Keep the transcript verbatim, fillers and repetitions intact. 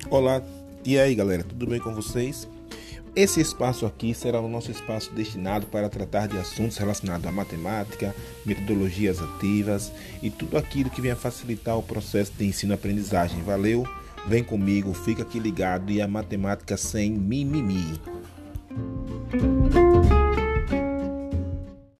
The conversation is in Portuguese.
Olá, e aí galera, tudo bem com vocês? Esse espaço aqui será o nosso espaço destinado para tratar de assuntos relacionados à matemática, metodologias ativas e tudo aquilo que venha facilitar o processo de ensino-aprendizagem. Valeu? Vem comigo, fica aqui ligado e a matemática sem mimimi.